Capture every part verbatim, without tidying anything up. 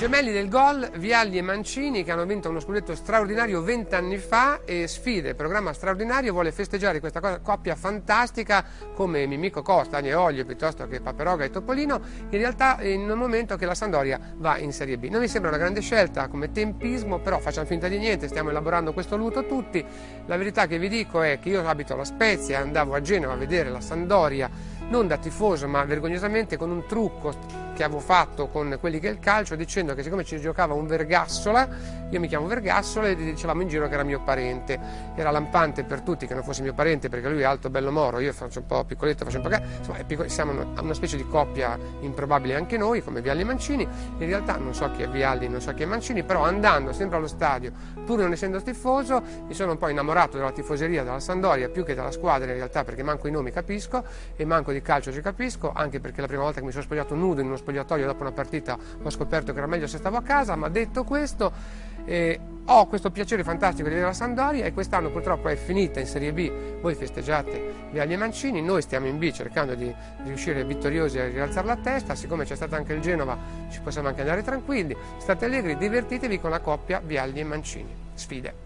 Gemelli del gol, Vialli e Mancini, che hanno vinto uno scudetto straordinario vent'anni fa, e sfide, programma straordinario, vuole festeggiare questa cosa, coppia fantastica come Mimico Costa, Agne Oglio, piuttosto che Paperoga e Topolino, in realtà in un momento che la Sampdoria va in Serie B. Non mi sembra una grande scelta come tempismo, però facciamo finta di niente, stiamo elaborando questo lutto tutti. La verità che vi dico è che io abito alla Spezia e andavo a Genova a vedere la Sampdoria, non da tifoso ma vergognosamente con un trucco che avevo fatto con quelli che è il calcio, dicendo che siccome ci giocava un Vergassola, io mi chiamo Vergassola, e dicevamo in giro che era mio parente. Era lampante per tutti che non fosse mio parente, perché lui è alto, bello, moro, io faccio un po' piccoletto, faccio un po' insomma è piccolo, siamo una, una specie di coppia improbabile anche noi, come Vialli e Mancini. In realtà non so chi è Vialli, non so chi è Mancini, però andando sempre allo stadio, pur non essendo tifoso, mi sono un po' innamorato della tifoseria della Sampdoria più che della squadra in realtà, perché manco i nomi capisco e manco di calcio ci capisco, anche perché la prima volta che mi sono spogliato nudo in uno spogliatoio dopo una partita ho scoperto che era meglio se stavo a casa. Ma detto questo, eh, ho questo piacere fantastico di vedere la Sampdoria, e quest'anno purtroppo è finita in Serie B. Voi festeggiate Vialli e Mancini, noi stiamo in B cercando di riuscire vittoriosi a rialzare la testa. Siccome c'è stato anche il Genova, ci possiamo anche andare tranquilli. State allegri, divertitevi con la coppia Vialli e Mancini. Sfide.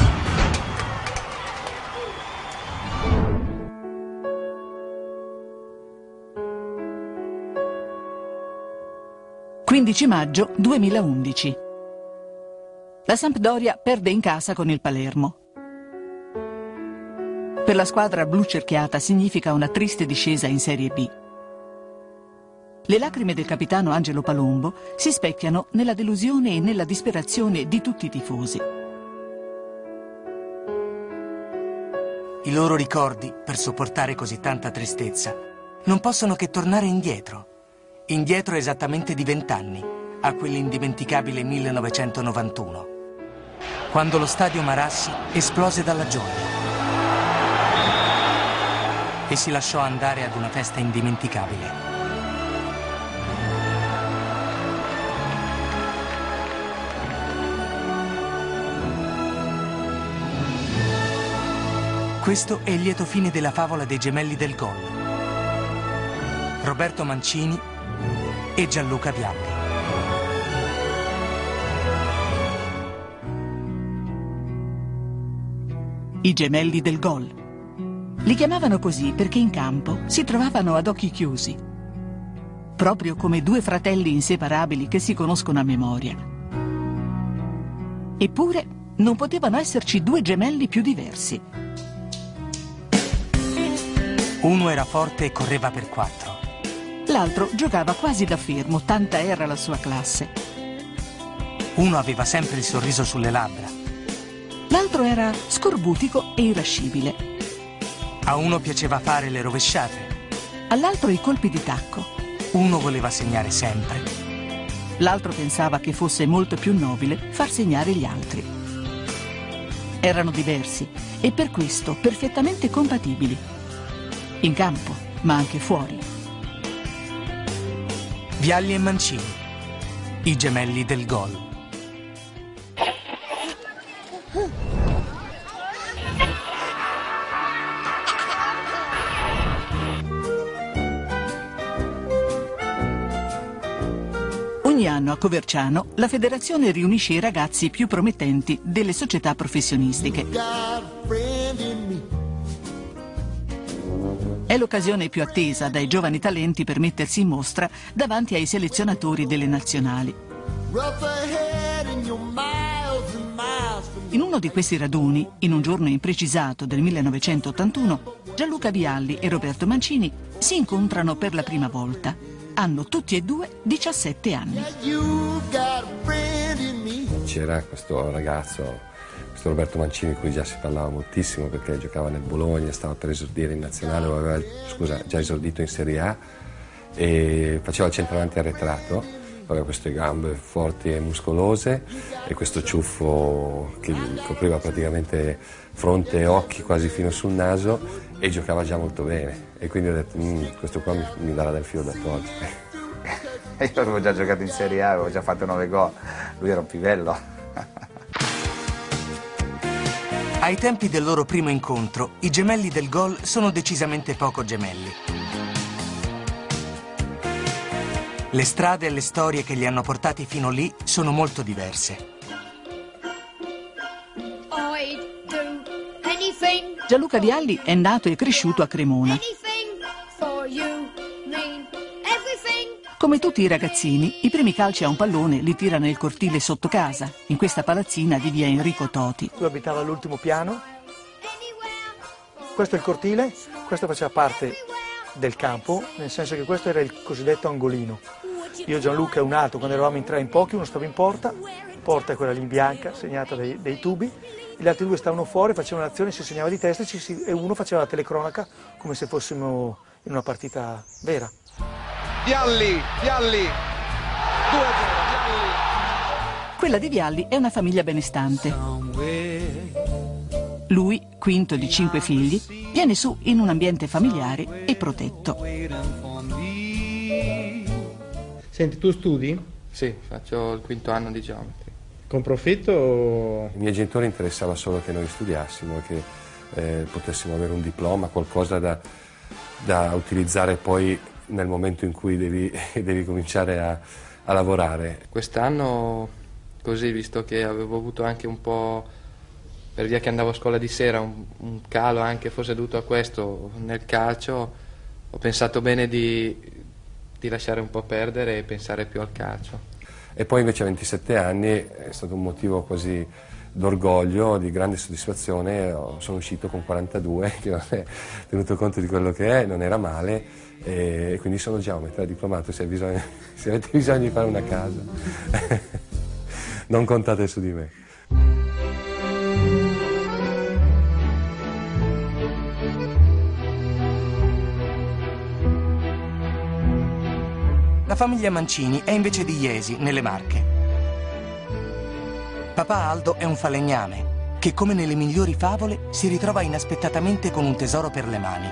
quindici maggio duemilaundici. La Sampdoria perde in casa con il Palermo. Per la squadra blu cerchiata significa una triste discesa in Serie B. Le lacrime del capitano Angelo Palombo si specchiano nella delusione e nella disperazione di tutti i tifosi. I loro ricordi, per sopportare così tanta tristezza, non possono che tornare indietro. Indietro esattamente di vent'anni, a quell'indimenticabile millenovecentonovantuno, quando lo stadio Marassi esplose dalla gioia e si lasciò andare ad una festa indimenticabile. Questo è il lieto fine della favola dei Gemelli del gol. Roberto Mancini e Gianluca Vialli. I Gemelli del gol. Li chiamavano così perché in campo si trovavano ad occhi chiusi, proprio come due fratelli inseparabili che si conoscono a memoria. Eppure non potevano esserci due gemelli più diversi. Uno era forte e correva per quattro. L'altro giocava quasi da fermo, tanta era la sua classe. Uno aveva sempre il sorriso sulle labbra. L'altro era scorbutico e irascibile. A uno piaceva fare le rovesciate. All'altro i colpi di tacco. Uno voleva segnare sempre. L'altro pensava che fosse molto più nobile far segnare gli altri. Erano diversi e per questo perfettamente compatibili. In campo, ma anche fuori. Vialli e Mancini, i Gemelli del gol. Ogni anno a Coverciano la federazione riunisce i ragazzi più promettenti delle società professionistiche. È l'occasione più attesa dai giovani talenti per mettersi in mostra davanti ai selezionatori delle nazionali. In uno di questi raduni, in un giorno imprecisato del millenovecentottantuno, Gianluca Vialli e Roberto Mancini si incontrano per la prima volta. Hanno tutti e due diciassette anni. C'era questo ragazzo, questo Roberto Mancini, di cui già si parlava moltissimo perché giocava nel Bologna, stava per esordire in nazionale, aveva scusa, già esordito in Serie A e faceva il centravanti arretrato, aveva queste gambe forti e muscolose e questo ciuffo che gli copriva praticamente fronte e occhi quasi fino sul naso, e giocava già molto bene, e quindi ho detto questo qua mi, mi darà del filo da torcere. Io avevo già giocato in Serie A, avevo già fatto nove gol, lui era un pivello. Ai tempi del loro primo incontro, i Gemelli del gol sono decisamente poco gemelli. Le strade e le storie che li hanno portati fino lì sono molto diverse. Gianluca Vialli è nato e cresciuto a Cremona. Come tutti i ragazzini, i primi calci a un pallone li tira nel cortile sotto casa, in questa palazzina di via Enrico Toti. Lui abitava all'ultimo piano. Questo è il cortile, questo faceva parte del campo, nel senso che questo era il cosiddetto angolino. Io, Gianluca e un altro, quando eravamo in tre in pochi, uno stava in porta, porta è quella lì in bianca, segnata dai, dai tubi, e gli altri due stavano fuori, facevano un'azione, si segnava di testa e, ci si, e uno faceva la telecronaca come se fossimo in una partita vera. Vialli, Vialli, due a zero, Vialli. Quella di Vialli è una famiglia benestante. Lui, quinto di cinque figli, viene su in un ambiente familiare e protetto. Senti, tu studi? Sì, faccio il quinto anno di geometria. Con profitto o... I miei genitori interessava solo che noi studiassimo, che eh, potessimo avere un diploma, qualcosa da, da utilizzare poi nel momento in cui devi, devi cominciare a, a lavorare. Quest'anno, così, visto che avevo avuto anche un po', per via che andavo a scuola di sera, un, un calo anche forse dovuto a questo nel calcio, ho pensato bene di, di lasciare un po' perdere e pensare più al calcio. E poi invece a ventisette anni è stato un motivo quasi d'orgoglio, di grande soddisfazione, sono uscito con quarantadue, che non è, tenuto conto di quello che è, non era male, e quindi sono geometra, diplomato, se, bisogno, se avete bisogno di fare una casa, non contate su di me. La famiglia Mancini è invece di Jesi, nelle Marche. Papà Aldo è un falegname che, come nelle migliori favole, si ritrova inaspettatamente con un tesoro per le mani.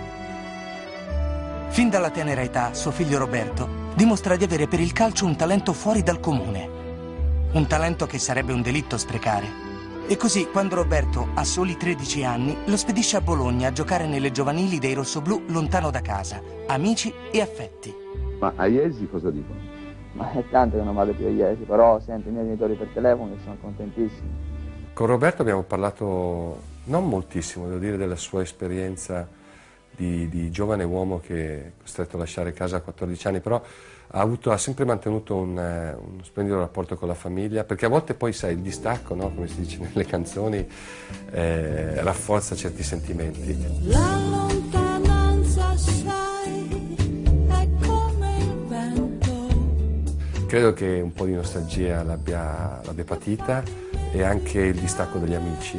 Fin dalla tenera età, suo figlio Roberto dimostra di avere per il calcio un talento fuori dal comune. Un talento che sarebbe un delitto sprecare. E così, quando Roberto ha soli tredici anni, lo spedisce a Bologna a giocare nelle giovanili dei rossoblù lontano da casa, amici e affetti. Ma a Jesi cosa dicono? Ma è tanto che non vado più a Jesi, però sento i miei genitori per telefono e sono contentissimi. Con Roberto abbiamo parlato non moltissimo, devo dire, della sua esperienza di, di giovane uomo che è costretto a lasciare casa a quattordici anni, però ha, avuto, ha sempre mantenuto un, uno splendido rapporto con la famiglia, perché a volte poi, sai, il distacco, no? Come si dice nelle canzoni, eh, rafforza certi sentimenti. La lontananza, sai, è come il vento. Credo che un po' di nostalgia l'abbia, l'abbia patita, e anche il distacco degli amici.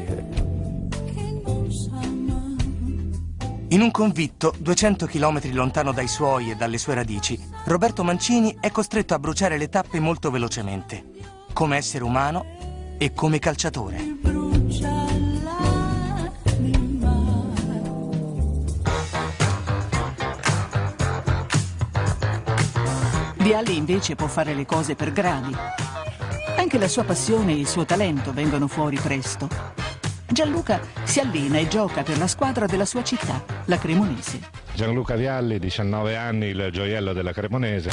In un convitto, duecento chilometri lontano dai suoi e dalle sue radici, Roberto Mancini è costretto a bruciare le tappe molto velocemente, come essere umano e come calciatore. Vialli invece può fare le cose per gradi. Anche la sua passione e il suo talento vengono fuori presto. Gianluca si allena e gioca per la squadra della sua città, la Cremonese. Gianluca Vialli, diciannove anni, il gioiello della Cremonese.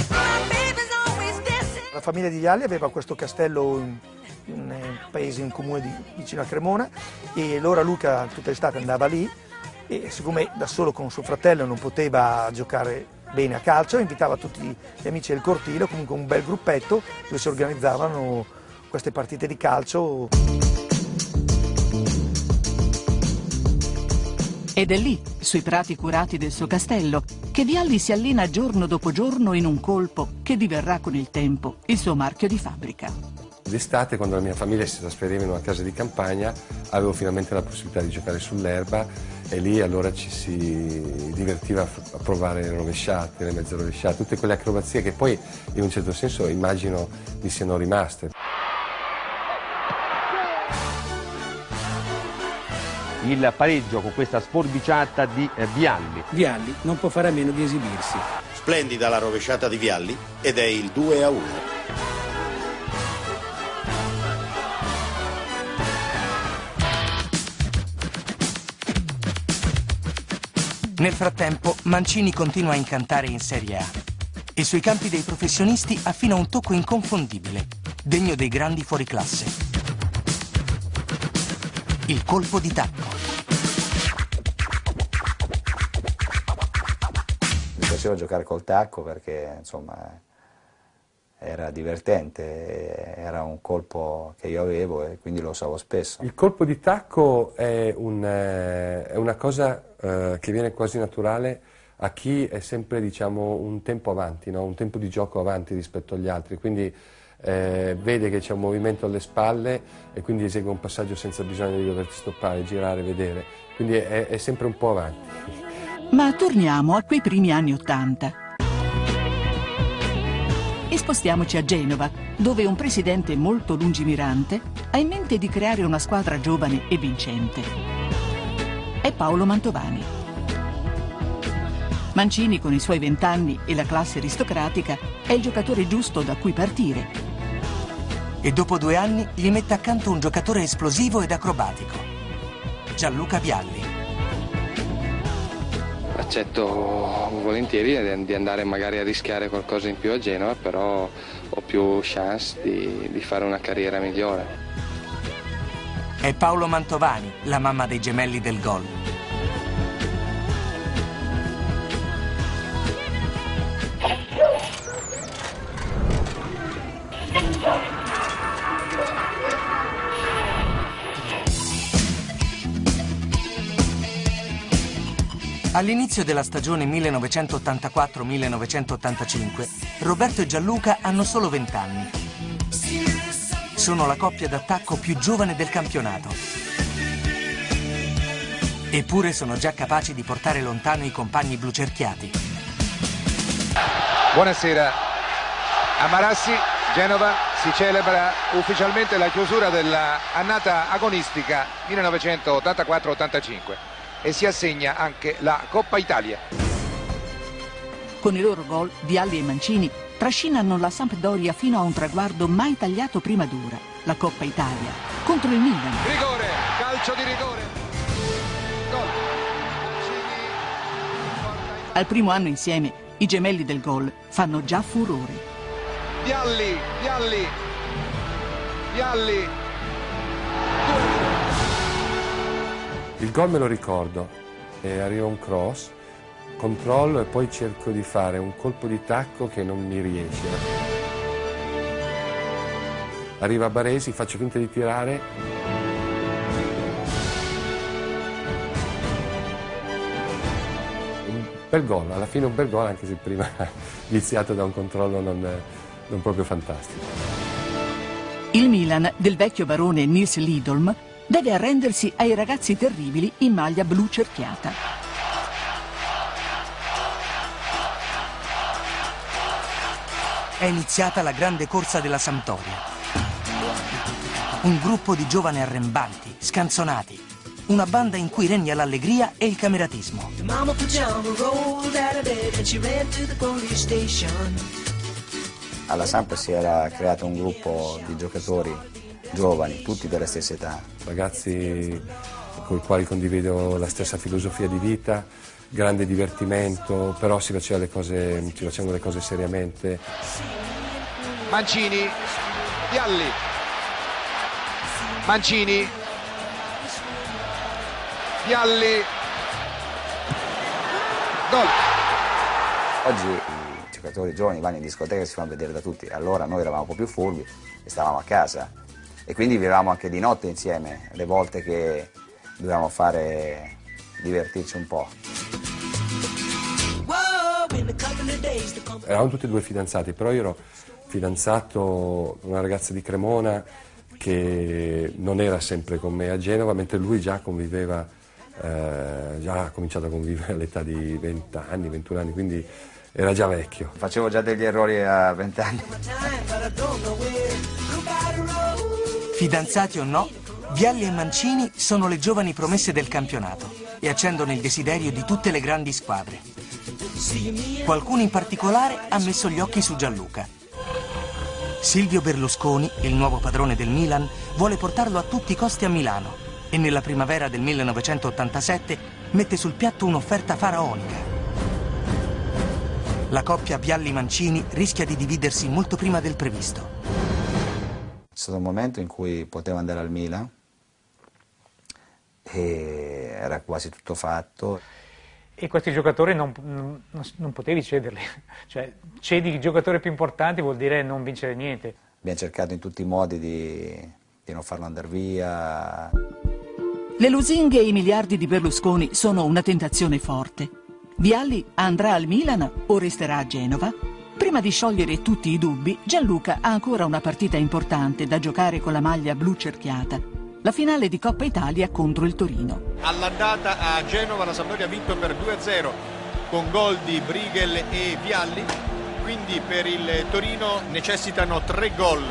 La famiglia di Vialli aveva questo castello in, in un paese, in un comune di, vicino a Cremona, e allora Luca tutta l'estate andava lì, e siccome da solo con suo fratello non poteva giocare bene a calcio, invitava tutti gli amici del cortile, comunque un bel gruppetto dove si organizzavano queste partite di calcio. Ed è lì, sui prati curati del suo castello, che Vialli si allena giorno dopo giorno in un colpo che diverrà con il tempo il suo marchio di fabbrica. D'estate, quando la mia famiglia si trasferiva in una casa di campagna, avevo finalmente la possibilità di giocare sull'erba, e lì allora ci si divertiva a provare le rovesciate, le mezze rovesciate, tutte quelle acrobazie che poi in un certo senso immagino mi siano rimaste. Il pareggio con questa sforbiciata di eh, Vialli. Vialli non può fare a meno di esibirsi. Splendida la rovesciata di Vialli ed è il due a uno. Nel frattempo Mancini continua a incantare in Serie A. e sui campi dei professionisti affina un tocco inconfondibile, degno dei grandi fuoriclasse. Il colpo di tacco. Mi piaceva giocare col tacco perché, insomma, era divertente, era un colpo che io avevo e quindi lo usavo spesso. Il colpo di tacco è, un, eh, è una cosa eh, che viene quasi naturale a chi è sempre, diciamo, un tempo avanti, no? Un tempo di gioco avanti rispetto agli altri, quindi eh, vede che c'è un movimento alle spalle e quindi esegue un passaggio senza bisogno di doversi stoppare, girare, vedere, quindi è, è sempre un po' avanti. Ma torniamo a quei primi anni Ottanta. E spostiamoci a Genova, dove un presidente molto lungimirante ha in mente di creare una squadra giovane e vincente. È Paolo Mantovani. Mancini, con i suoi vent'anni e la classe aristocratica, è il giocatore giusto da cui partire. E dopo due anni gli mette accanto un giocatore esplosivo ed acrobatico, Gianluca Vialli. Accetto volentieri di andare magari a rischiare qualcosa in più a Genova, però ho più chance di, di fare una carriera migliore. È Paolo Mantovani, la mamma dei gemelli del gol. All'inizio della stagione millenovecentottantaquattro millenovecentottantacinque, Roberto e Gianluca hanno solo venti anni. Sono la coppia d'attacco più giovane del campionato. Eppure sono già capaci di portare lontano i compagni blucerchiati. Buonasera. A Marassi, Genova, si celebra ufficialmente la chiusura dell'annata agonistica millenovecentottantaquattro ottantacinque. E si assegna anche la Coppa Italia. Con i loro gol, Vialli e Mancini trascinano la Sampdoria fino a un traguardo mai tagliato prima d'ora, la Coppa Italia, contro il Milan. Rigore, calcio di rigore. Gol. Al primo anno insieme, i gemelli del gol fanno già furore. Vialli, Vialli, Vialli. Il gol me lo ricordo, e arriva un cross, controllo e poi cerco di fare un colpo di tacco che non mi riesce. Arriva Baresi, faccio finta di tirare. Un bel gol, alla fine un bel gol, anche se prima iniziato da un controllo non, non proprio fantastico. Il Milan del vecchio barone Nils Lidolm deve arrendersi ai ragazzi terribili in maglia blu cerchiata. È iniziata la grande corsa della Sampdoria. Un gruppo di giovani arrembanti, scanzonati. Una banda in cui regna l'allegria e il cameratismo. Alla Samp si era creato un gruppo di giocatori giovani, tutti della stessa età. Ragazzi con i quali condivido la stessa filosofia di vita, grande divertimento, però si faceva le cose, ci facevano le cose seriamente. Mancini, Vialli, Mancini, Vialli, gol. Oggi i giocatori giovani vanno in discoteca e si fanno vedere da tutti, allora noi eravamo un po' più furbi e stavamo a casa. E quindi vivevamo anche di notte insieme, le volte che dovevamo fare divertirci un po'. Eravamo tutti e due fidanzati, però io ero fidanzato con una ragazza di Cremona che non era sempre con me a Genova, mentre lui già conviveva, eh, già ha cominciato a convivere all'età di venti anni, ventuno anni, quindi era già vecchio. Facevo già degli errori a venti anni. Fidanzati o no, Vialli e Mancini sono le giovani promesse del campionato e accendono il desiderio di tutte le grandi squadre. Qualcuno in particolare ha messo gli occhi su Gianluca. Silvio Berlusconi, il nuovo padrone del Milan, vuole portarlo a tutti i costi a Milano e nella primavera del millenovecentottantasette mette sul piatto un'offerta faraonica. La coppia Vialli-Mancini rischia di dividersi molto prima del previsto. C'è stato un momento in cui potevo andare al Milan e era quasi tutto fatto. E questi giocatori non, non, non potevi cederli, cioè cedi i giocatori più importanti vuol dire non vincere niente. Abbiamo cercato in tutti i modi di, di non farlo andare via. Le lusinghe e i miliardi di Berlusconi sono una tentazione forte. Vialli andrà al Milan o resterà a Genova? Prima di sciogliere tutti i dubbi, Gianluca ha ancora una partita importante da giocare con la maglia blu cerchiata. La finale di Coppa Italia contro il Torino. All'andata a Genova la Sampdoria ha vinto per due a zero con gol di Brighel e Vialli, quindi per il Torino necessitano tre gol.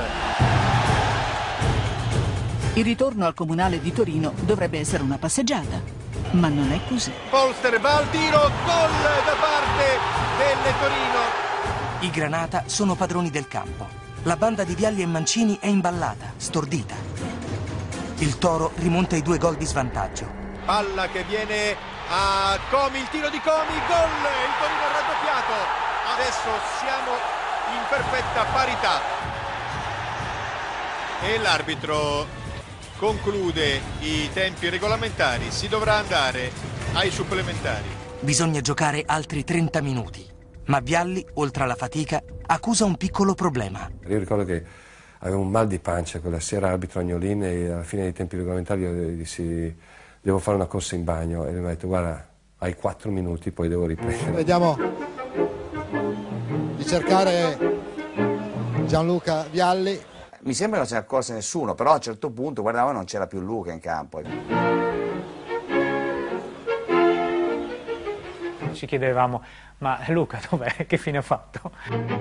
Il ritorno al Comunale di Torino dovrebbe essere una passeggiata, ma non è così. Polster va al tiro, gol da parte del Torino. I Granata sono padroni del campo. La banda di Vialli e Mancini è imballata, stordita. Il Toro rimonta i due gol di svantaggio. Palla che viene a Comi, il tiro di Comi, gol, il Torino è raddoppiato. Adesso siamo in perfetta parità. E l'arbitro conclude i tempi regolamentari, si dovrà andare ai supplementari. Bisogna giocare altri trenta minuti, ma Vialli, oltre alla fatica, accusa un piccolo problema. Io ricordo che avevo un mal di pancia quella sera, arbitro Agnolin, e alla fine dei tempi regolamentari io dissi devo fare una corsa in bagno e lui mi ha detto guarda hai quattro minuti poi devo riprendere. Vediamo di cercare Gianluca Vialli. Mi sembra che non se ne accorse nessuno, però a un certo punto guardavo non c'era più Luca in campo. Ci chiedevamo ma Luca dov'è? Che fine ha fatto?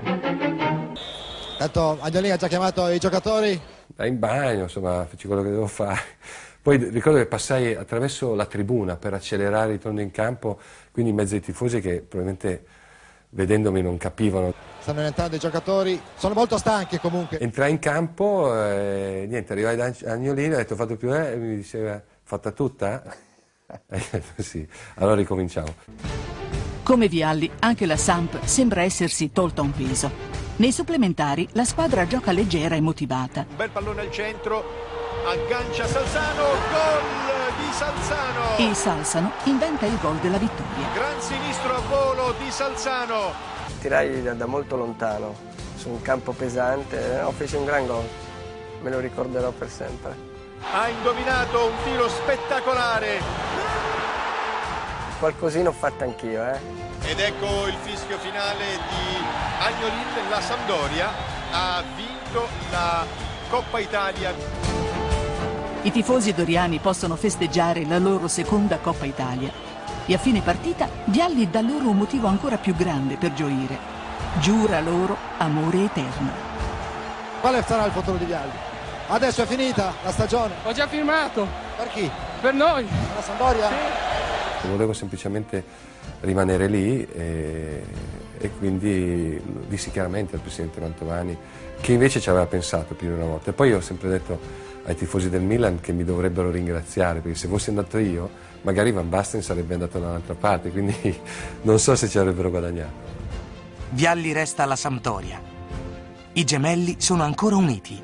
Tanto Agnolin ha già chiamato i giocatori. Dai in bagno, insomma, feci quello che devo fare. Poi ricordo che passai attraverso la tribuna per accelerare il ritorno in campo, quindi in mezzo ai tifosi che probabilmente vedendomi non capivano. Stanno entrando i giocatori, sono molto stanchi comunque. Entrai in campo e niente, arrivai da Agnolin, ho detto ho fatto più eh, e mi diceva fatta tutta? E sì, allora ricominciamo. Come Vialli, anche la Samp sembra essersi tolta un peso. Nei supplementari la squadra gioca leggera e motivata. Un bel pallone al centro, aggancia Salzano, gol di Salzano. E Salzano inventa il gol della vittoria. Gran sinistro a volo di Salzano. Tirai da, da molto lontano, su un campo pesante, ho fece un gran gol, me lo ricorderò per sempre. Ha indovinato un tiro spettacolare. Qualcosina ho fatto anch'io, eh. Ed ecco il fischio finale di Agnolin, la Sampdoria ha vinto la Coppa Italia. I tifosi doriani possono festeggiare la loro seconda Coppa Italia e a fine partita Vialli dà loro un motivo ancora più grande per gioire. Giura loro amore eterno. Quale sarà il futuro di Vialli? Adesso è finita la stagione. Ho già firmato. Per chi? Per noi. Per la Sampdoria? Sì. Volevo semplicemente rimanere lì e, e quindi dissi chiaramente al presidente Mantovani, che invece ci aveva pensato più di una volta. E poi io ho sempre detto ai tifosi del Milan che mi dovrebbero ringraziare, perché se fossi andato io magari Van Basten sarebbe andato da un'altra parte, quindi non so se ci avrebbero guadagnato. Vialli resta alla Sampdoria. I gemelli sono ancora uniti.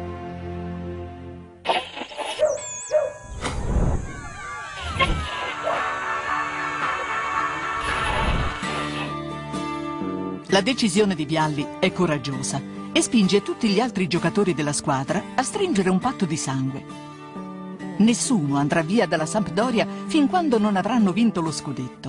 La decisione di Vialli è coraggiosa e spinge tutti gli altri giocatori della squadra a stringere un patto di sangue. Nessuno andrà via dalla Sampdoria fin quando non avranno vinto lo scudetto.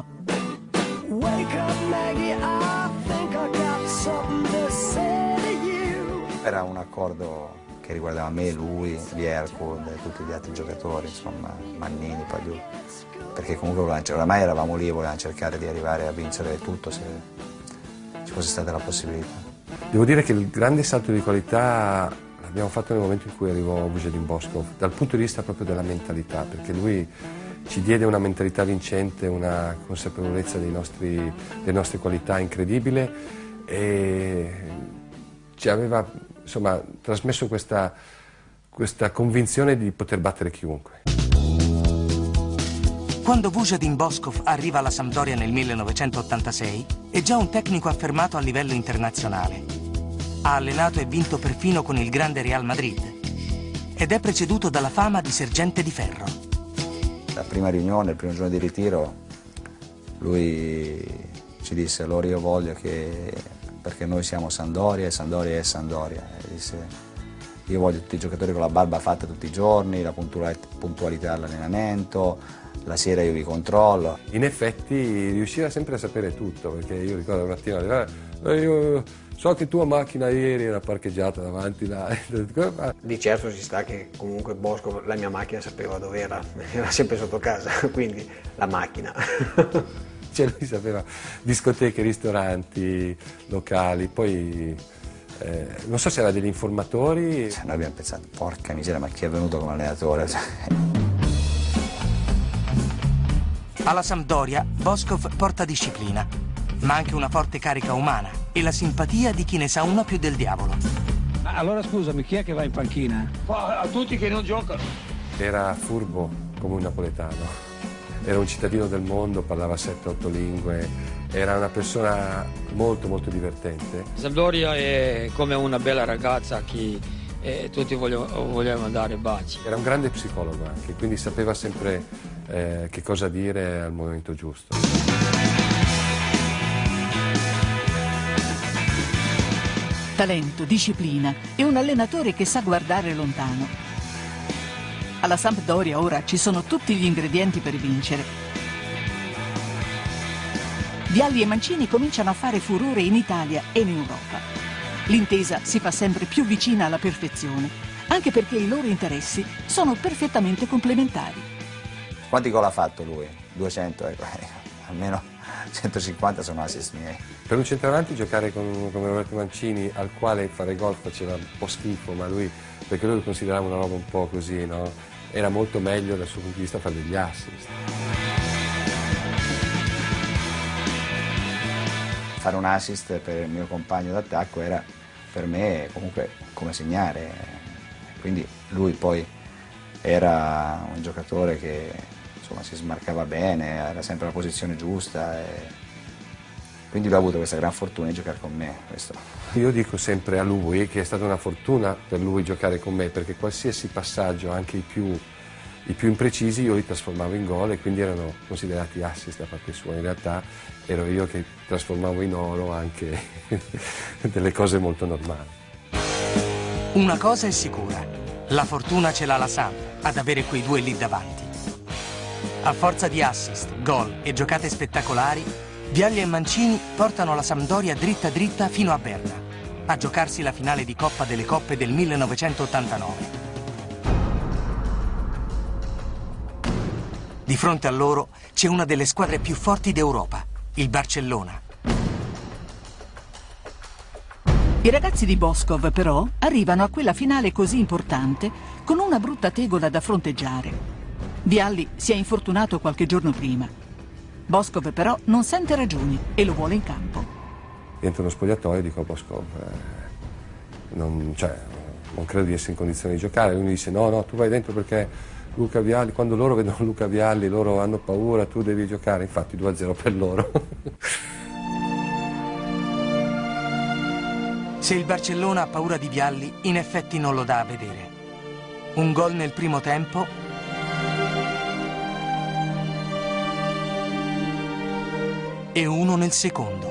Era un accordo che riguardava me, lui, Vierco e tutti gli altri giocatori, insomma, Mannini, Pagliù, perché comunque oramai eravamo lì e volevamo cercare di arrivare a vincere tutto se ci fosse stata la possibilità. Devo dire che il grande salto di qualità l'abbiamo fatto nel momento in cui arrivò Vujadin Boskov, dal punto di vista proprio della mentalità, perché lui ci diede una mentalità vincente, una consapevolezza dei nostri, delle nostre qualità incredibile e ci aveva insomma trasmesso questa, questa convinzione di poter battere chiunque. Quando Vujadin Boskov arriva alla Sampdoria nel millenovecentottantasei, è già un tecnico affermato a livello internazionale. Ha allenato e vinto perfino con il grande Real Madrid ed è preceduto dalla fama di sergente di ferro. La prima riunione, il primo giorno di ritiro, lui ci disse: allora io voglio che, perché noi siamo Sampdoria e Sampdoria è Sampdoria, e disse: io voglio tutti i giocatori con la barba fatta tutti i giorni, la puntualità all'allenamento, la sera io vi controllo. In effetti riusciva sempre a sapere tutto, perché io ricordo una mattina arrivare, io so che tua macchina ieri era parcheggiata davanti là. Di certo ci sta che comunque Bosco, la mia macchina sapeva dove era, era sempre sotto casa, quindi la macchina. Cioè lui sapeva discoteche, ristoranti, locali, poi... Eh, non so se era degli informatori. Cioè, noi abbiamo pensato, porca miseria, ma chi è venuto come allenatore? Alla Sampdoria Boskov porta disciplina, ma anche una forte carica umana e la simpatia di chi ne sa una più del diavolo. Allora scusami, chi è che va in panchina? A tutti che non giocano. Era furbo come un napoletano, era un cittadino del mondo, parlava sette otto lingue, era una persona molto molto divertente. Sampdoria è come una bella ragazza che eh, tutti vogliono, vogliamo dare baci. Era un grande psicologo anche, quindi sapeva sempre eh, che cosa dire al momento giusto. Talento, disciplina e un allenatore che sa guardare lontano. Alla Sampdoria ora ci sono tutti gli ingredienti per vincere. Vialli e Mancini cominciano a fare furore in Italia e in Europa. L'intesa si fa sempre più vicina alla perfezione, anche perché i loro interessi sono perfettamente complementari. Quanti gol ha fatto lui? duecento, ecco. Almeno centocinquanta sono assist miei. Per un centravanti giocare con, come Roberto Mancini, al quale fare gol faceva un po' schifo, ma lui, perché lui lo considerava una roba un po' così, no? Era molto meglio dal suo punto di vista fare degli assist. Fare un assist per il mio compagno d'attacco era per me comunque come segnare, quindi lui poi era un giocatore che insomma si smarcava bene, era sempre alla posizione giusta, e quindi lui ha avuto questa gran fortuna di giocare con me. Questo. Io dico sempre a lui che è stata una fortuna per lui giocare con me, perché qualsiasi passaggio, anche i più, i più imprecisi, io li trasformavo in gol e quindi erano considerati assist da parte sua. In realtà ero io che trasformavo in oro anche delle cose molto normali. Una cosa è sicura, la fortuna ce l'ha la Samp ad avere quei due lì davanti. A forza di assist, gol e giocate spettacolari, Vialli e Mancini portano la Sampdoria dritta dritta fino a Berna, a giocarsi la finale di Coppa delle Coppe del millenovecentottantanove. Di fronte a loro c'è una delle squadre più forti d'Europa, il Barcellona. I ragazzi di Boskov, però, arrivano a quella finale così importante con una brutta tegola da fronteggiare. Vialli si è infortunato qualche giorno prima. Boskov, però, non sente ragioni e lo vuole in campo. Entro nello spogliatoio e dico a Boskov, eh, non, cioè, non credo di essere in condizione di giocare. Lui mi dice, no, no, tu vai dentro perché Luca Vialli, quando loro vedono Luca Vialli, loro hanno paura, tu devi giocare. Infatti due a zero per loro. Se il Barcellona ha paura di Vialli, in effetti non lo dà a vedere. Un gol nel primo tempo e uno nel secondo.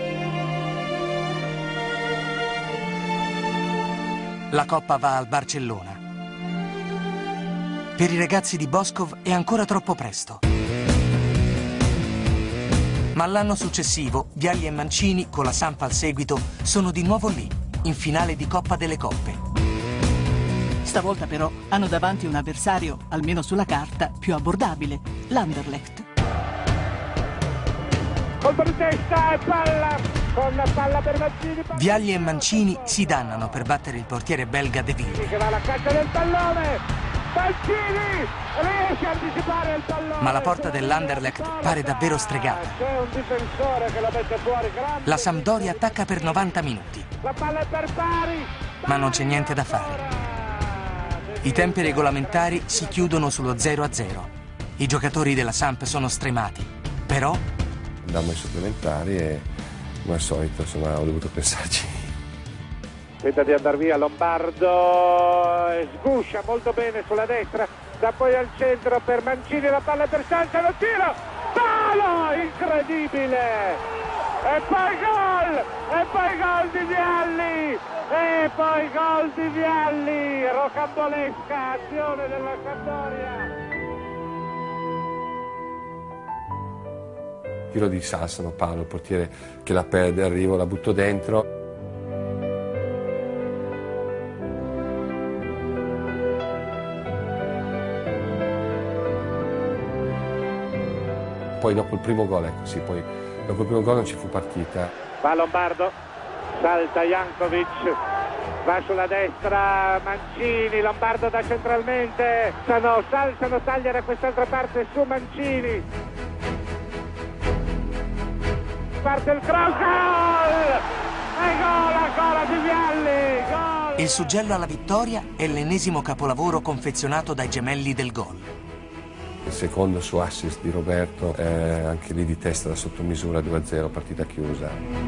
La coppa va al Barcellona. Per i ragazzi di Boskov è ancora troppo presto. Ma l'anno successivo, Vialli e Mancini, con la Samp al seguito, sono di nuovo lì, in finale di Coppa delle Coppe. Stavolta però hanno davanti un avversario, almeno sulla carta, più abbordabile, l'Anderlecht. Colpo di testa e palla, con palla per Mancini. Palla. Vialli e Mancini si dannano per battere il portiere belga De Ville. Che va alla caccia del pallone. Mancini riesce a anticipare il pallone. Ma la porta dell'Anderlecht pare davvero stregata. C'è un difensore che la mette fuori. Grande. La Sampdoria attacca per novanta minuti. La palla è per Pari. Ma non c'è niente da fare. I tempi regolamentari si chiudono sullo zero a zero. I giocatori della Samp sono stremati. Però andammo ai supplementari e come al solito, insomma, ho dovuto pensarci. Tenta di andare via Lombardo, sguscia molto bene sulla destra, da poi al centro per Mancini, la palla per Salsa, lo tiro, palo, incredibile, e poi gol, e poi gol di Vialli, e poi gol di Vialli, rocambolesca azione della Sampdoria. Tiro di Sassano, palo, il portiere che la perde, arrivo, la butto dentro. Poi dopo il primo gol, ecco sì, poi dopo il primo gol non ci fu partita. Va Lombardo, salta Jankovic, va sulla destra Mancini, Lombardo da centralmente, Sano, Salsano taglia da quest'altra parte su Mancini. Parte il cross, gol! E gol ancora di Vialli, gol! Il suggello alla vittoria è l'ennesimo capolavoro confezionato dai gemelli del gol. Il secondo su assist di Roberto, eh, anche lì di testa da sottomisura, due a zero, partita chiusa.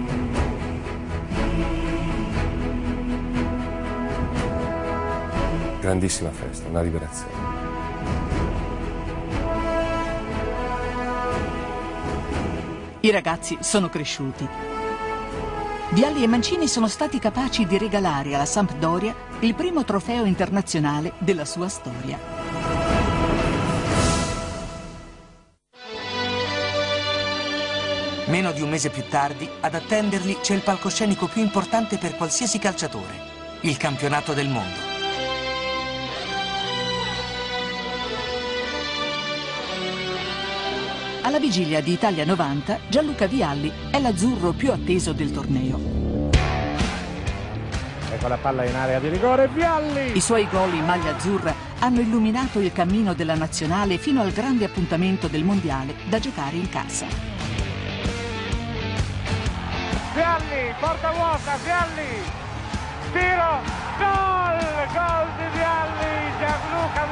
Grandissima festa, una liberazione. I ragazzi sono cresciuti. Vialli e Mancini sono stati capaci di regalare alla Sampdoria il primo trofeo internazionale della sua storia. Meno di un mese più tardi, ad attenderli c'è il palcoscenico più importante per qualsiasi calciatore, il campionato del mondo. Alla vigilia di Italia novanta, Gianluca Vialli è l'azzurro più atteso del torneo. Ecco la palla in area di rigore, Vialli! I suoi gol in maglia azzurra hanno illuminato il cammino della nazionale fino al grande appuntamento del mondiale da giocare in casa. Vialli, porta vuota, Vialli, tiro, gol, gol di Vialli, Gianluca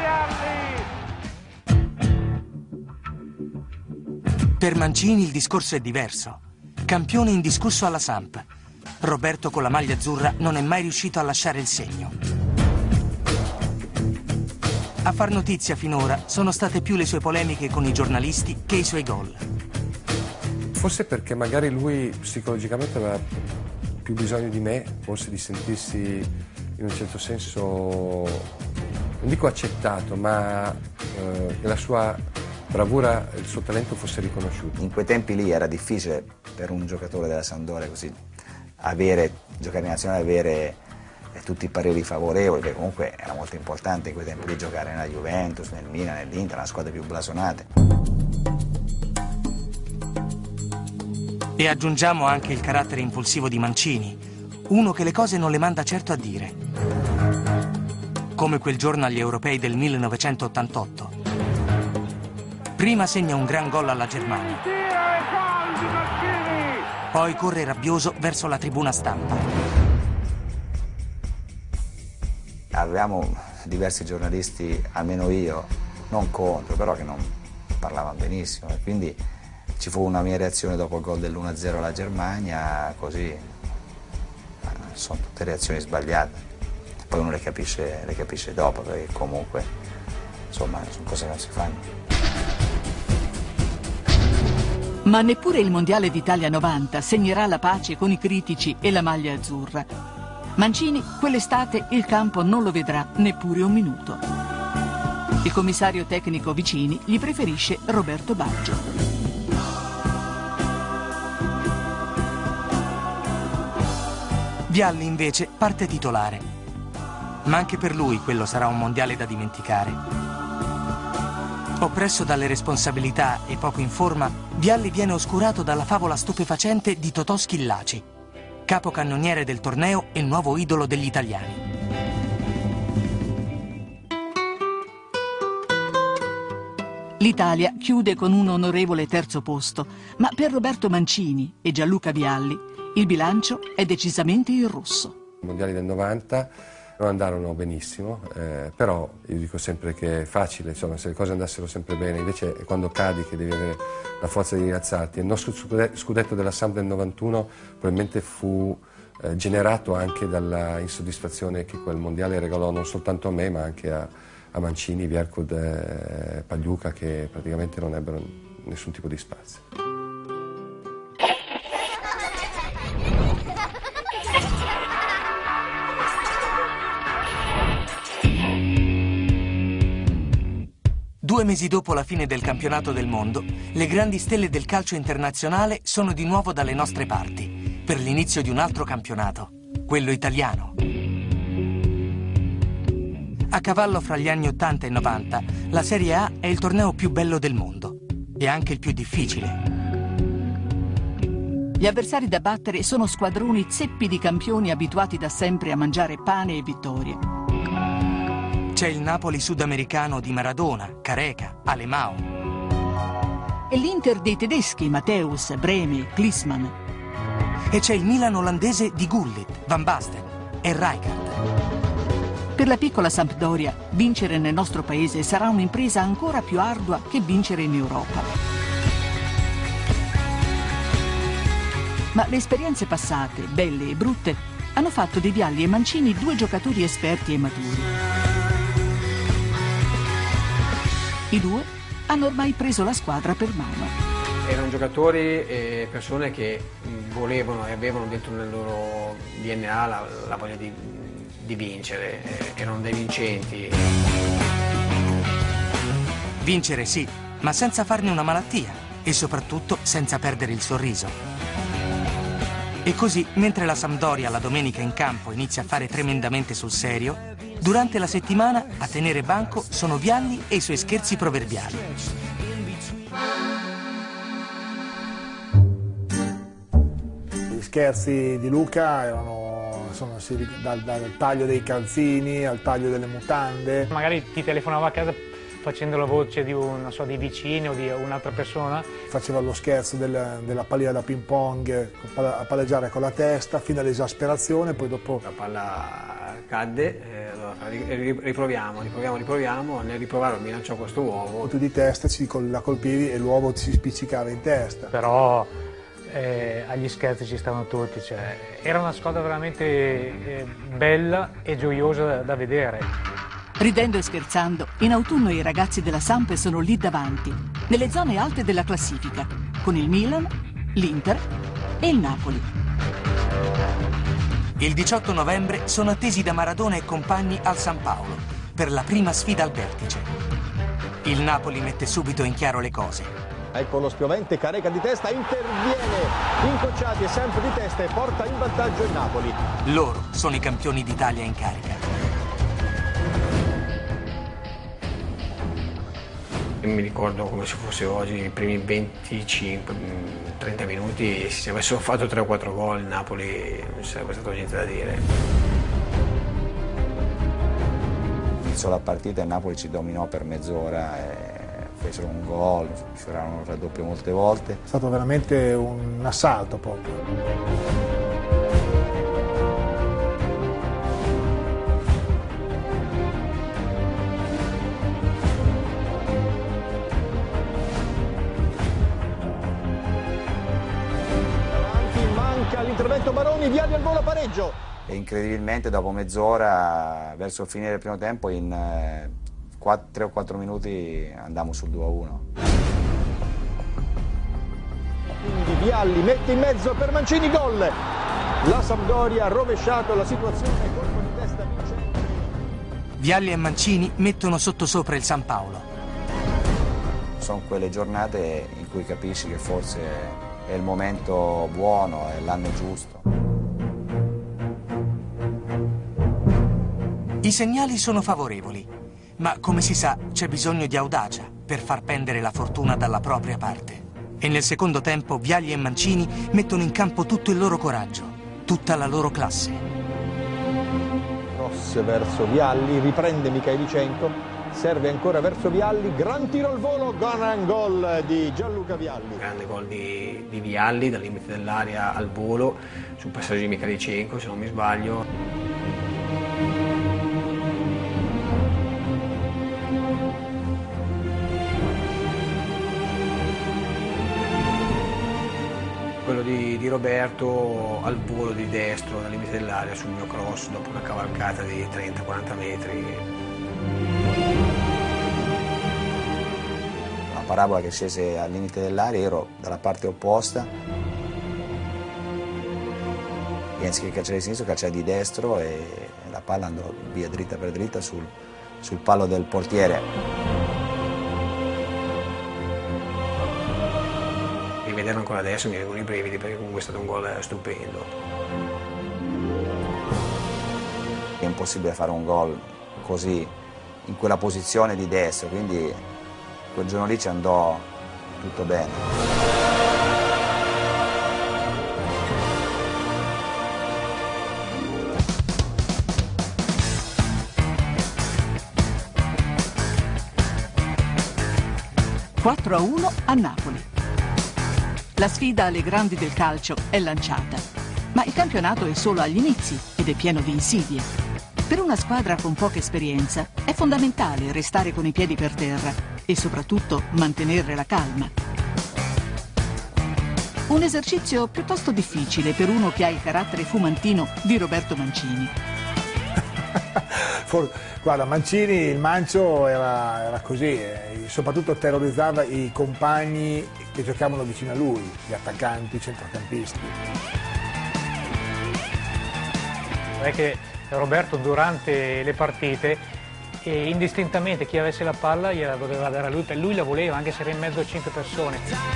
Vialli. Per Mancini il discorso è diverso. Campione indiscusso alla Samp. Roberto con la maglia azzurra non è mai riuscito a lasciare il segno. A far notizia finora sono state più le sue polemiche con i giornalisti che i suoi gol. Forse perché magari lui psicologicamente aveva più bisogno di me, forse di sentirsi in un certo senso, non dico accettato, ma eh, che la sua bravura, il suo talento fosse riconosciuto. In quei tempi lì era difficile per un giocatore della Sampdoria così avere, giocare in nazionale, avere eh, tutti i pareri favorevoli, perché comunque era molto importante in quei tempi lì giocare nella Juventus, nel Milan, nell'Inter, una squadra più blasonate. E aggiungiamo anche il carattere impulsivo di Mancini, uno che le cose non le manda certo a dire. Come quel giorno agli europei del millenovecentottantotto. Prima segna un gran gol alla Germania. Poi corre rabbioso verso la tribuna stampa. Avevamo diversi giornalisti, almeno io, non contro, però che non parlavano benissimo, e quindi ci fu una mia reazione dopo il gol dell'uno a zero alla Germania, così sono tutte reazioni sbagliate, poi uno le capisce, le capisce dopo, perché comunque insomma sono cose che non si fanno. Ma neppure il Mondiale d'Italia novanta segnerà la pace con i critici e la maglia azzurra. Mancini quell'estate il campo non lo vedrà neppure un minuto. Il commissario tecnico Vicini gli preferisce Roberto Baggio. Vialli invece parte titolare. Ma anche per lui quello sarà un mondiale da dimenticare. Oppresso dalle responsabilità e poco in forma, Vialli viene oscurato dalla favola stupefacente di Totò Schillaci, capocannoniere del torneo e nuovo idolo degli italiani. L'Italia chiude con un onorevole terzo posto, ma per Roberto Mancini e Gianluca Vialli il bilancio è decisamente in rosso. I mondiali del novanta Non andarono benissimo, eh, però io dico sempre che è facile, insomma, se le cose andassero sempre bene, invece è quando cadi che devi avere la forza di rialzarti. Il nostro scudetto della Samp del novantuno probabilmente fu eh, generato anche dalla insoddisfazione che quel mondiale regalò non soltanto a me, ma anche a, a Mancini, Vierkud e eh, Pagliuca, che praticamente non ebbero nessun tipo di spazio. Due mesi dopo la fine del campionato del mondo, le grandi stelle del calcio internazionale sono di nuovo dalle nostre parti, per l'inizio di un altro campionato, quello italiano. A cavallo fra gli anni ottanta e novanta, la Serie A è il torneo più bello del mondo e anche il più difficile. Gli avversari da battere sono squadroni zeppi di campioni abituati da sempre a mangiare pane e vittorie. C'è il Napoli sudamericano di Maradona, Careca, Alemão. E l'Inter dei tedeschi, Matthäus, Brehme, Klinsmann. E c'è il Milan olandese di Gullit, Van Basten e Rijkaard. Per la piccola Sampdoria, vincere nel nostro paese sarà un'impresa ancora più ardua che vincere in Europa. Ma le esperienze passate, belle e brutte, hanno fatto di Vialli e Mancini due giocatori esperti e maturi. I due hanno ormai preso la squadra per mano. Erano giocatori e persone che volevano e avevano dentro nel loro D N A la, la voglia di, di vincere, erano dei vincenti. Vincere sì, ma senza farne una malattia e soprattutto senza perdere il sorriso. E così, mentre la Sampdoria la domenica in campo inizia a fare tremendamente sul serio, durante la settimana a tenere banco sono Vialli e i suoi scherzi proverbiali. Gli scherzi di Luca erano insomma, sì, dal, dal taglio dei calzini al taglio delle mutande. Magari ti telefonava a casa facendo la voce di, un, non so, di vicini o di un'altra persona. Faceva lo scherzo del, della pallina da ping pong a palleggiare con la testa fino all'esasperazione, poi dopo la palla cadde, eh, allora riproviamo, riproviamo, riproviamo, nel riprovare mi lanciò questo uovo. Tu di testa ci, la colpivi e l'uovo ti si spiccicava in testa. Però eh, agli scherzi ci stavano tutti, cioè, era una squadra veramente eh, bella e gioiosa da, da vedere. Ridendo e scherzando, in autunno i ragazzi della Samp sono lì davanti, nelle zone alte della classifica, con il Milan, l'Inter e il Napoli. Il diciotto novembre sono attesi da Maradona e compagni al San Paolo per la prima sfida al vertice. Il Napoli mette subito in chiaro le cose. Ecco lo spiovente Careca di testa, interviene, Incocciati è sempre di testa e porta in vantaggio il Napoli. Loro sono i campioni d'Italia in carica. Mi ricordo come se fosse oggi, i primi venticinque trenta minuti, se avessero fatto tre o quattro gol il Napoli non ci sarebbe stato niente da dire. Iniziò la partita e il Napoli ci dominò per mezz'ora, e fecero un gol, fecero un raddoppio molte volte. È stato veramente un assalto proprio. L'intervento Baroni, Vialli al volo, pareggio. E incredibilmente dopo mezz'ora, verso il finire del primo tempo, in eh, tre o quattro minuti andammo sul due a uno. Quindi Vialli mette in mezzo per Mancini, gol. La Sampdoria ha rovesciato la situazione, colpo di testa vincente. Vialli e Mancini mettono sottosopra il San Paolo. Sono quelle giornate in cui capisci che forse è il momento buono, è l'anno giusto. I segnali sono favorevoli, ma come si sa c'è bisogno di audacia per far pendere la fortuna dalla propria parte. E nel secondo tempo Vialli e Mancini mettono in campo tutto il loro coraggio, tutta la loro classe. Cross verso Vialli, riprende Mikhailichenko. Serve ancora verso Vialli, gran tiro al volo, gran gol di Gianluca Vialli. Grande gol di, di Vialli dal limite dell'area al volo, sul passaggio di Mikhailichenko se non mi sbaglio. di Roberto al volo di destro dal limite dell'area sul mio cross dopo una cavalcata di trenta quaranta metri. Una parabola che scese al limite dell'area, ero dalla parte opposta e anziché calciare di sinistro calciare di destro e la palla andò via dritta per dritta sul, sul palo del portiere. Rivederlo ancora adesso mi vengono i brividi perché comunque è stato un gol stupendo. È impossibile fare un gol così in quella posizione di destro, quindi quel giorno lì ci andò tutto bene. quattro a uno a Napoli. La sfida alle grandi del calcio è lanciata, ma il campionato è solo agli inizi ed è pieno di insidie. Per una squadra con poca esperienza è fondamentale restare con i piedi per terra e soprattutto mantenere la calma. Un esercizio piuttosto difficile per uno che ha il carattere fumantino di Roberto Mancini. Guarda, Mancini, il Mancio era, era così, eh, soprattutto terrorizzava i compagni che giocavano vicino a lui, gli attaccanti, i centrocampisti. È che Roberto durante le partite e indistintamente chi avesse la palla gliela doveva dare a lui, per lui la voleva anche se era in mezzo a cinque persone.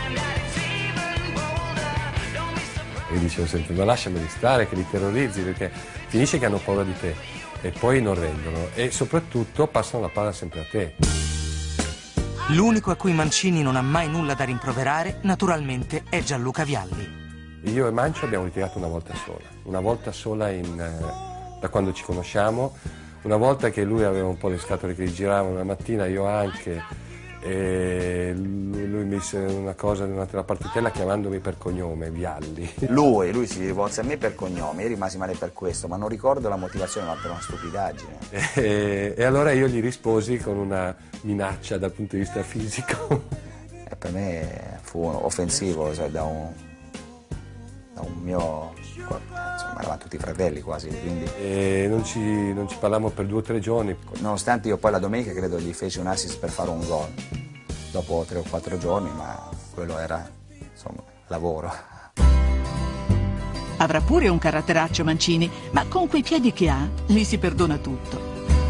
Io dicevo sempre, ma lasciameli stare che li terrorizzi perché finisce che hanno paura di te e poi non rendono e soprattutto passano la palla sempre a te. L'unico a cui Mancini non ha mai nulla da rimproverare, naturalmente, è Gianluca Vialli. Io e Mancio abbiamo litigato una volta sola, una volta sola in, eh, da quando ci conosciamo, una volta che lui aveva un po' le scatole che gli giravano la mattina, io anche, e lui, lui mi disse una cosa durante la partitella chiamandomi per cognome, Vialli. Lui, lui si rivolse a me per cognome, io rimasi male per questo, ma non ricordo la motivazione, ma per una stupidaggine. E, e allora io gli risposi con una minaccia dal punto di vista fisico. E per me fu offensivo, cioè, da un, da un mio... insomma eravamo tutti fratelli quasi, quindi... E non ci, non ci parlammo per due o tre giorni. Nonostante io poi la domenica credo gli feci un assist per fare un gol, dopo tre o quattro giorni, ma quello era, insomma, lavoro. Avrà pure un caratteraccio Mancini, ma con quei piedi che ha, gli si perdona tutto.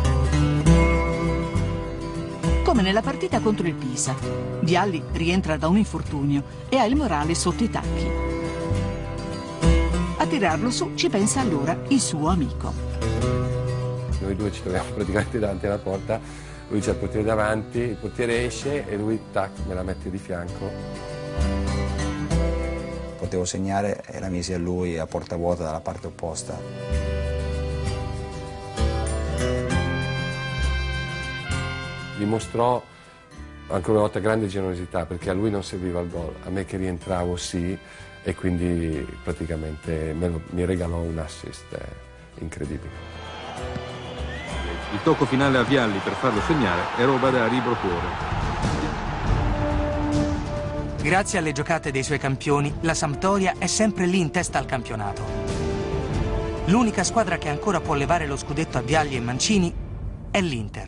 Come nella partita contro il Pisa, Vialli rientra da un infortunio e ha il morale sotto i tacchi. A tirarlo su ci pensa allora il suo amico. Noi due ci troviamo praticamente davanti alla porta, lui c'ha il portiere davanti, il portiere esce e lui tac, me la mette di fianco. Potevo segnare e la misi a lui a porta vuota dalla parte opposta. Dimostrò ancora una volta grande generosità perché a lui non serviva il gol, a me che rientravo sì, e quindi praticamente me lo, mi regalò un assist eh, incredibile. Il tocco finale a Vialli per farlo segnare è roba da libro cuore. Grazie alle giocate dei suoi campioni, la Sampdoria è sempre lì in testa al campionato. L'unica squadra che ancora può levare lo scudetto a Vialli e Mancini è l'Inter.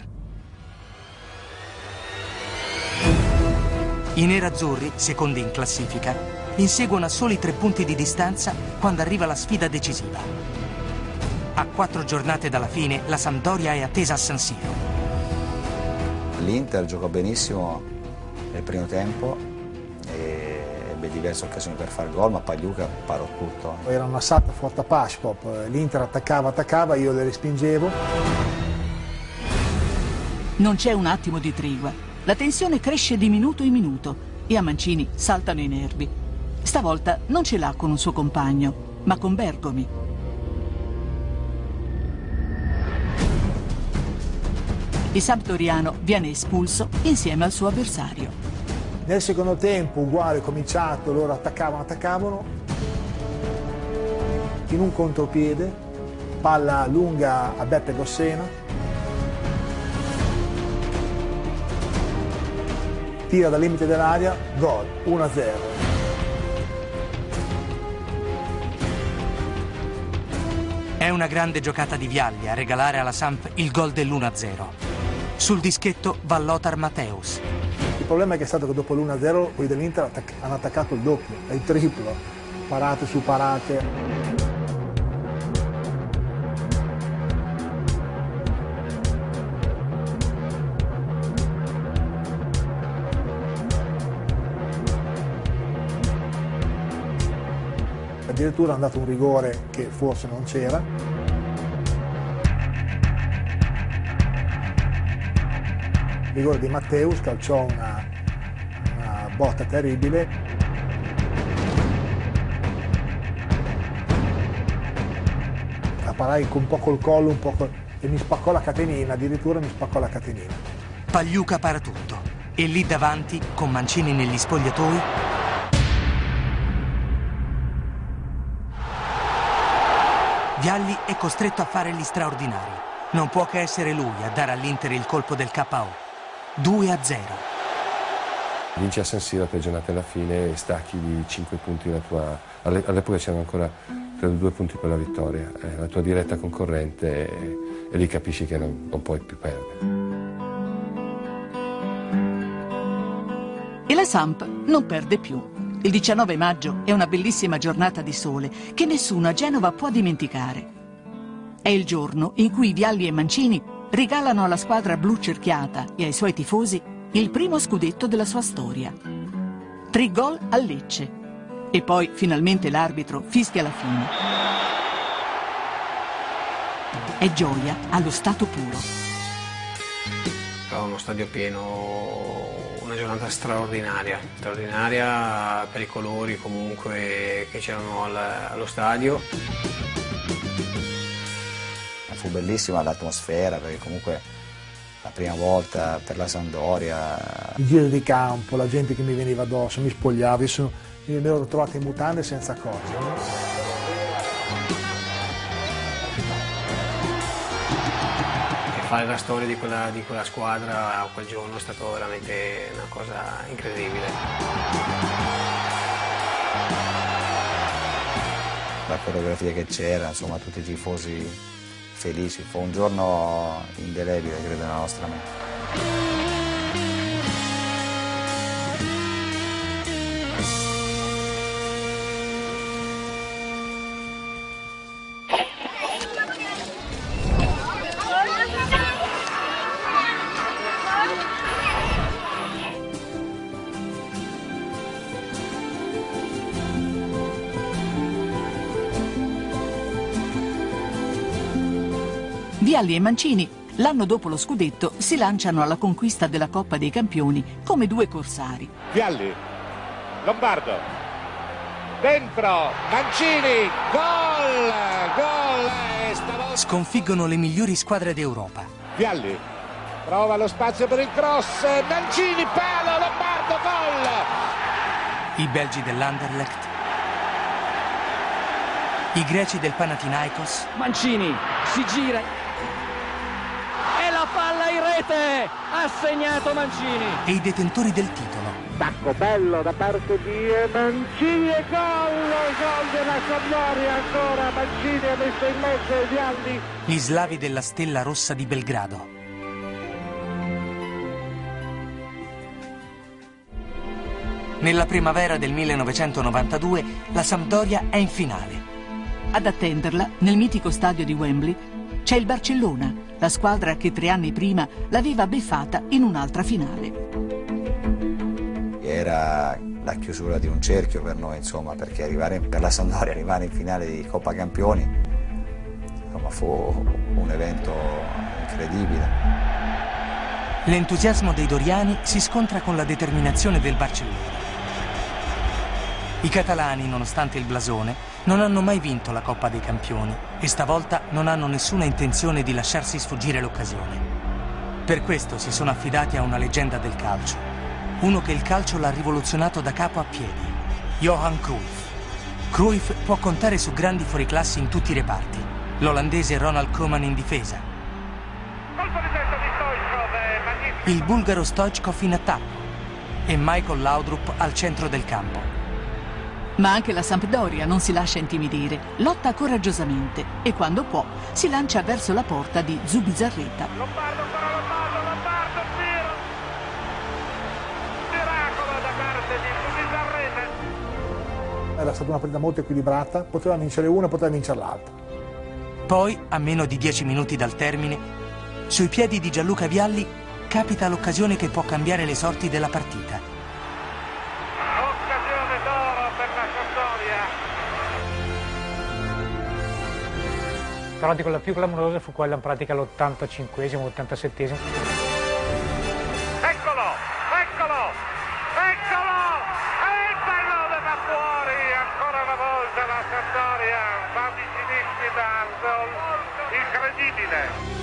I nerazzurri, secondi in classifica, inseguono a soli tre punti di distanza quando arriva la sfida decisiva. A quattro giornate dalla fine, la Sampdoria è attesa a San Siro. L'Inter giocò benissimo nel primo tempo e ebbe diverse occasioni per fare gol, ma Pagliuca parò tutto. Era un assalto forte a Pashpop, l'Inter attaccava, attaccava, io le respingevo. Non c'è un attimo di tregua, la tensione cresce di minuto in minuto e a Mancini saltano i nervi. Stavolta non ce l'ha con un suo compagno, ma con Bergomi. Il sampdoriano viene espulso insieme al suo avversario. Nel secondo tempo, uguale, cominciato, loro attaccavano, attaccavano. In un contropiede, palla lunga a Beppe Gossena. Tira dal limite dell'area, gol, uno a zero. È una grande giocata di Vialli a regalare alla Samp il gol dell'uno a zero. Sul dischetto va Lothar Matthäus. Il problema è che è stato che dopo l'uno a zero quelli dell'Inter hanno attaccato il doppio, il triplo, parate su parate. Addirittura hanno dato un rigore che forse non c'era. Il rigore di Matthäus calciò una, una botta terribile. La parai un po' col collo, un po' col... e mi spaccò la catenina, addirittura mi spaccò la catenina. Pagliuca para tutto. E lì davanti, con Mancini negli spogliatoi, Vialli è costretto a fare gli straordinari. Non può che essere lui a dare all'Inter il colpo del K O. due a zero. Vinci a San Siro tre giornate alla fine e stacchi di cinque punti la tua... All'epoca c'erano ancora credo, due punti per la vittoria. Eh, la tua diretta concorrente e, e lì capisci che non, non puoi più perdere. E la Samp non perde più. Il diciannove maggio è una bellissima giornata di sole che nessuno a Genova può dimenticare. È il giorno in cui Vialli e Mancini regalano alla squadra blu cerchiata e ai suoi tifosi il primo scudetto della sua storia. Tre gol a Lecce. E poi finalmente l'arbitro fischia la fine. È gioia allo stato puro. Era uno stadio pieno, una giornata straordinaria, straordinaria per i colori comunque che c'erano allo stadio. Fu bellissima l'atmosfera perché comunque la prima volta per la Sampdoria. Il giro di campo, la gente che mi veniva addosso, mi spogliava, io sono, mi ero trovato in mutande senza accorgermi. Fare la storia di quella, di quella squadra quel giorno è stato veramente una cosa incredibile. La coreografia che c'era, insomma tutti i tifosi felici, fu un giorno indelebile credo nella nostra mente. Vialli e Mancini, l'anno dopo lo scudetto, si lanciano alla conquista della Coppa dei Campioni come due corsari. Vialli, Lombardo, dentro, Mancini, gol, gol, e stavolta... Sconfiggono le migliori squadre d'Europa. Vialli, prova lo spazio per il cross, Mancini, palo, Lombardo, gol! I belgi dell'Anderlecht, i greci del Panathinaikos. Mancini si gira. Palla in rete, ha segnato Mancini. E i detentori del titolo. Tacco bello da parte di Mancini e gol, gol della Sampdoria ancora, Mancini ha messo in mezzo Vialli. Gli slavi della Stella Rossa di Belgrado. Nella primavera del millenovecentonovantadue la Sampdoria è in finale. Ad attenderla, nel mitico stadio di Wembley, c'è il Barcellona, la squadra che tre anni prima l'aveva beffata in un'altra finale. Era la chiusura di un cerchio per noi, insomma, perché arrivare per la Sampdoria arrivare in finale di Coppa Campioni insomma, fu un evento incredibile. L'entusiasmo dei doriani si scontra con la determinazione del Barcellona. I catalani, nonostante il blasone, non hanno mai vinto la Coppa dei Campioni e stavolta non hanno nessuna intenzione di lasciarsi sfuggire l'occasione. Per questo si sono affidati a una leggenda del calcio, uno che il calcio l'ha rivoluzionato da capo a piedi, Johan Cruyff. Cruyff può contare su grandi fuoriclassi in tutti i reparti, l'olandese Ronald Koeman in difesa, il bulgaro Stoichkov in attacco e Michael Laudrup al centro del campo. Ma anche la Sampdoria non si lascia intimidire, lotta coraggiosamente e quando può si lancia verso la porta di Zubizarreta. Lombardo, ancora Lombardo, Lombardo, tiro! Miracolo da parte di Zubizarreta. Era stata una partita molto equilibrata, poteva vincere una, poteva vincere l'altra. Poi, a meno di dieci minuti dal termine, sui piedi di Gianluca Vialli capita l'occasione che può cambiare le sorti della partita. Però dico, la più clamorosa fu quella in pratica all'ottantacinquesimo, ottantasettesimo. Eccolo, eccolo, eccolo! E il pallone va fuori, ancora una volta la Sampdoria va vicinissima al gol, incredibile.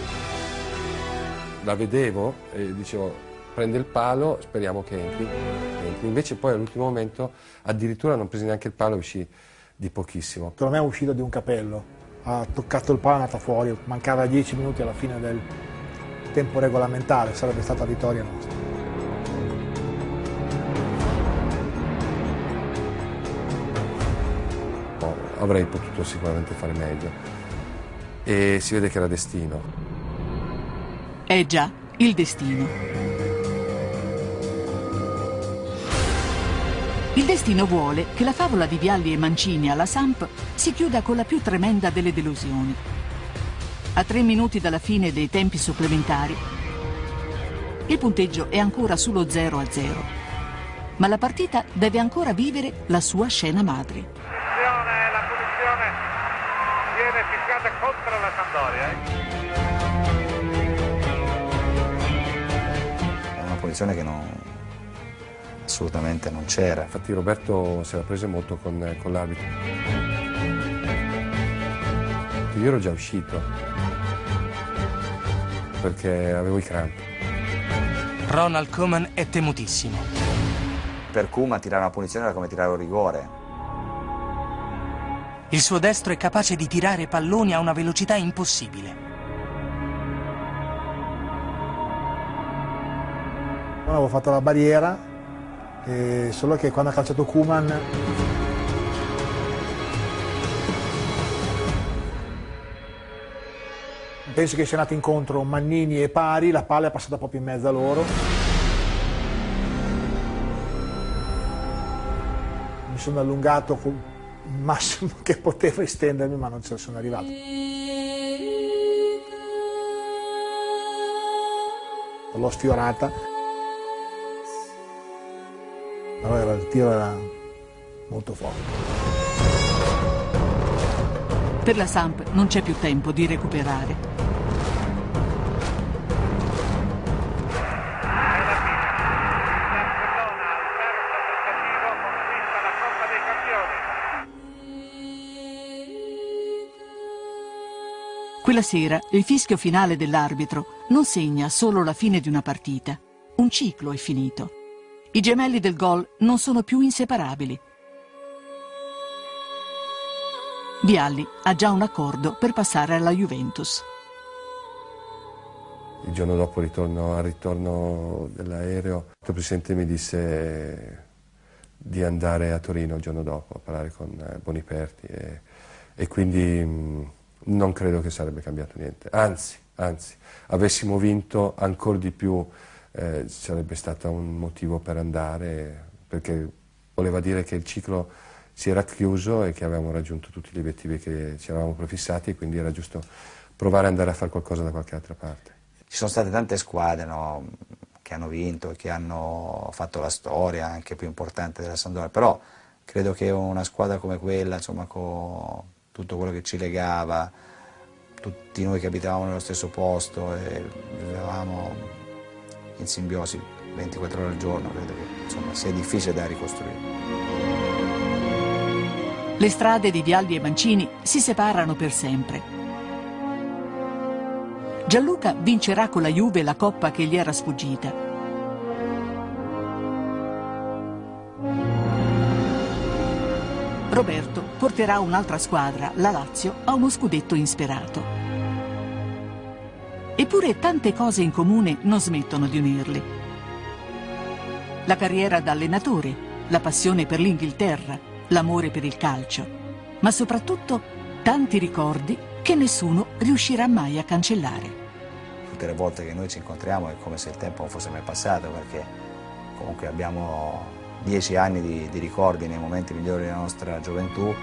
La vedevo e dicevo, prende il palo, speriamo che entri. entri. Invece poi all'ultimo momento addirittura non prese neanche il palo e uscì di pochissimo. Secondo me è uscito di un capello. Ha toccato il palo e è andata fuori, mancava dieci minuti alla fine del tempo regolamentare, sarebbe stata vittoria nostra. Oh, avrei potuto sicuramente fare meglio e si vede che era destino. È già il destino. Il destino vuole che la favola di Vialli e Mancini alla Samp si chiuda con la più tremenda delle delusioni. A tre minuti dalla fine dei tempi supplementari, il punteggio è ancora sullo zero a zero, ma la partita deve ancora vivere la sua scena madre. La punizione viene fischiata contro la Sampdoria. È una punizione che non... assolutamente non c'era. Infatti Roberto se la prese molto con, con l'arbitro. Io ero già uscito perché avevo i crampi. Ronald Koeman è temutissimo. Per Koeman tirare una punizione era come tirare un rigore. Il suo destro è capace di tirare palloni a una velocità impossibile. Non avevo fatto la barriera, eh, solo che quando ha calciato Koeman penso che sia andato incontro Mannini e Pari, la palla è passata proprio in mezzo a loro. Mi sono allungato con il massimo che potevo estendermi, ma non ce ne sono arrivato. L'ho sfiorata. Allora il tiro era molto forte. Per la Samp non c'è più tempo di recuperare. Quella sera il fischio finale dell'arbitro non segna solo la fine di una partita. Un ciclo è finito. I gemelli del gol non sono più inseparabili. Vialli ha già un accordo per passare alla Juventus. Il giorno dopo ritorno, al ritorno dell'aereo, il presidente mi disse di andare a Torino il giorno dopo a parlare con Boniperti e, e quindi mh, non credo che sarebbe cambiato niente. Anzi, anzi, avessimo vinto ancora di più eh, sarebbe stato un motivo per andare, perché voleva dire che il ciclo si era chiuso e che avevamo raggiunto tutti gli obiettivi che ci eravamo prefissati e quindi era giusto provare ad andare a fare qualcosa da qualche altra parte. Ci sono state tante squadre, no, che hanno vinto e che hanno fatto la storia anche più importante della Sampdoria, però credo che una squadra come quella, insomma, con tutto quello che ci legava, tutti noi che abitavamo nello stesso posto e vivevamo in simbiosi ventiquattro ore al giorno, credo che insomma, sia difficile da ricostruire. Le strade di Vialli e Mancini si separano per sempre. Gianluca vincerà con la Juve la coppa che gli era sfuggita. Roberto porterà un'altra squadra, la Lazio, a uno scudetto insperato. Eppure tante cose in comune non smettono di unirli. La carriera da allenatore, la passione per l'Inghilterra, l'amore per il calcio, ma soprattutto tanti ricordi che nessuno riuscirà mai a cancellare. Tutte le volte che noi ci incontriamo è come se il tempo non fosse mai passato, perché comunque abbiamo dieci anni di, di ricordi nei momenti migliori della nostra gioventù.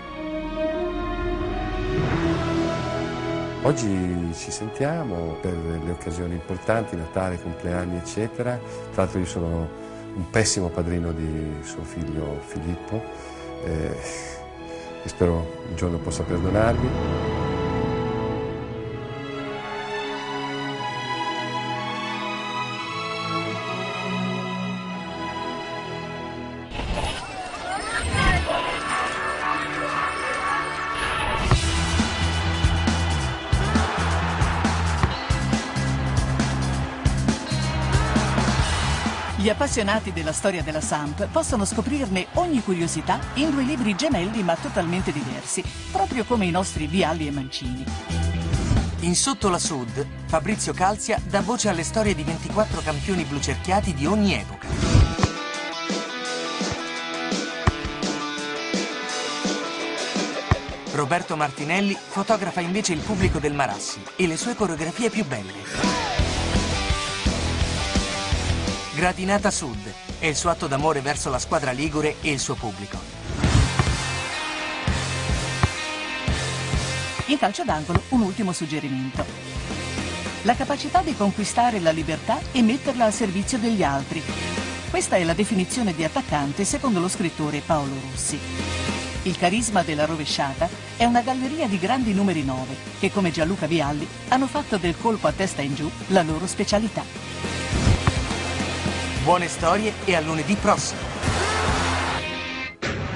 Oggi ci sentiamo per le occasioni importanti, Natale, compleanni, eccetera. Tra l'altro io sono un pessimo padrino di suo figlio Filippo, eh, e spero un giorno possa perdonarmi. Gli appassionati della storia della Samp possono scoprirne ogni curiosità in due libri gemelli ma totalmente diversi, proprio come i nostri Vialli e Mancini. In Sotto la Sud, Fabrizio Calzia dà voce alle storie di ventiquattro campioni blucerchiati di ogni epoca. Roberto Martinelli fotografa invece il pubblico del Marassi e le sue coreografie più belle. Gratinata Sud è il suo atto d'amore verso la squadra ligure e il suo pubblico. In calcio d'angolo un ultimo suggerimento. La capacità di conquistare la libertà e metterla al servizio degli altri. Questa è la definizione di attaccante secondo lo scrittore Paolo Rossi. Il carisma della rovesciata è una galleria di grandi numeri nove che, come Gianluca Vialli, hanno fatto del colpo a testa in giù la loro specialità. Buone storie e a lunedì prossimo!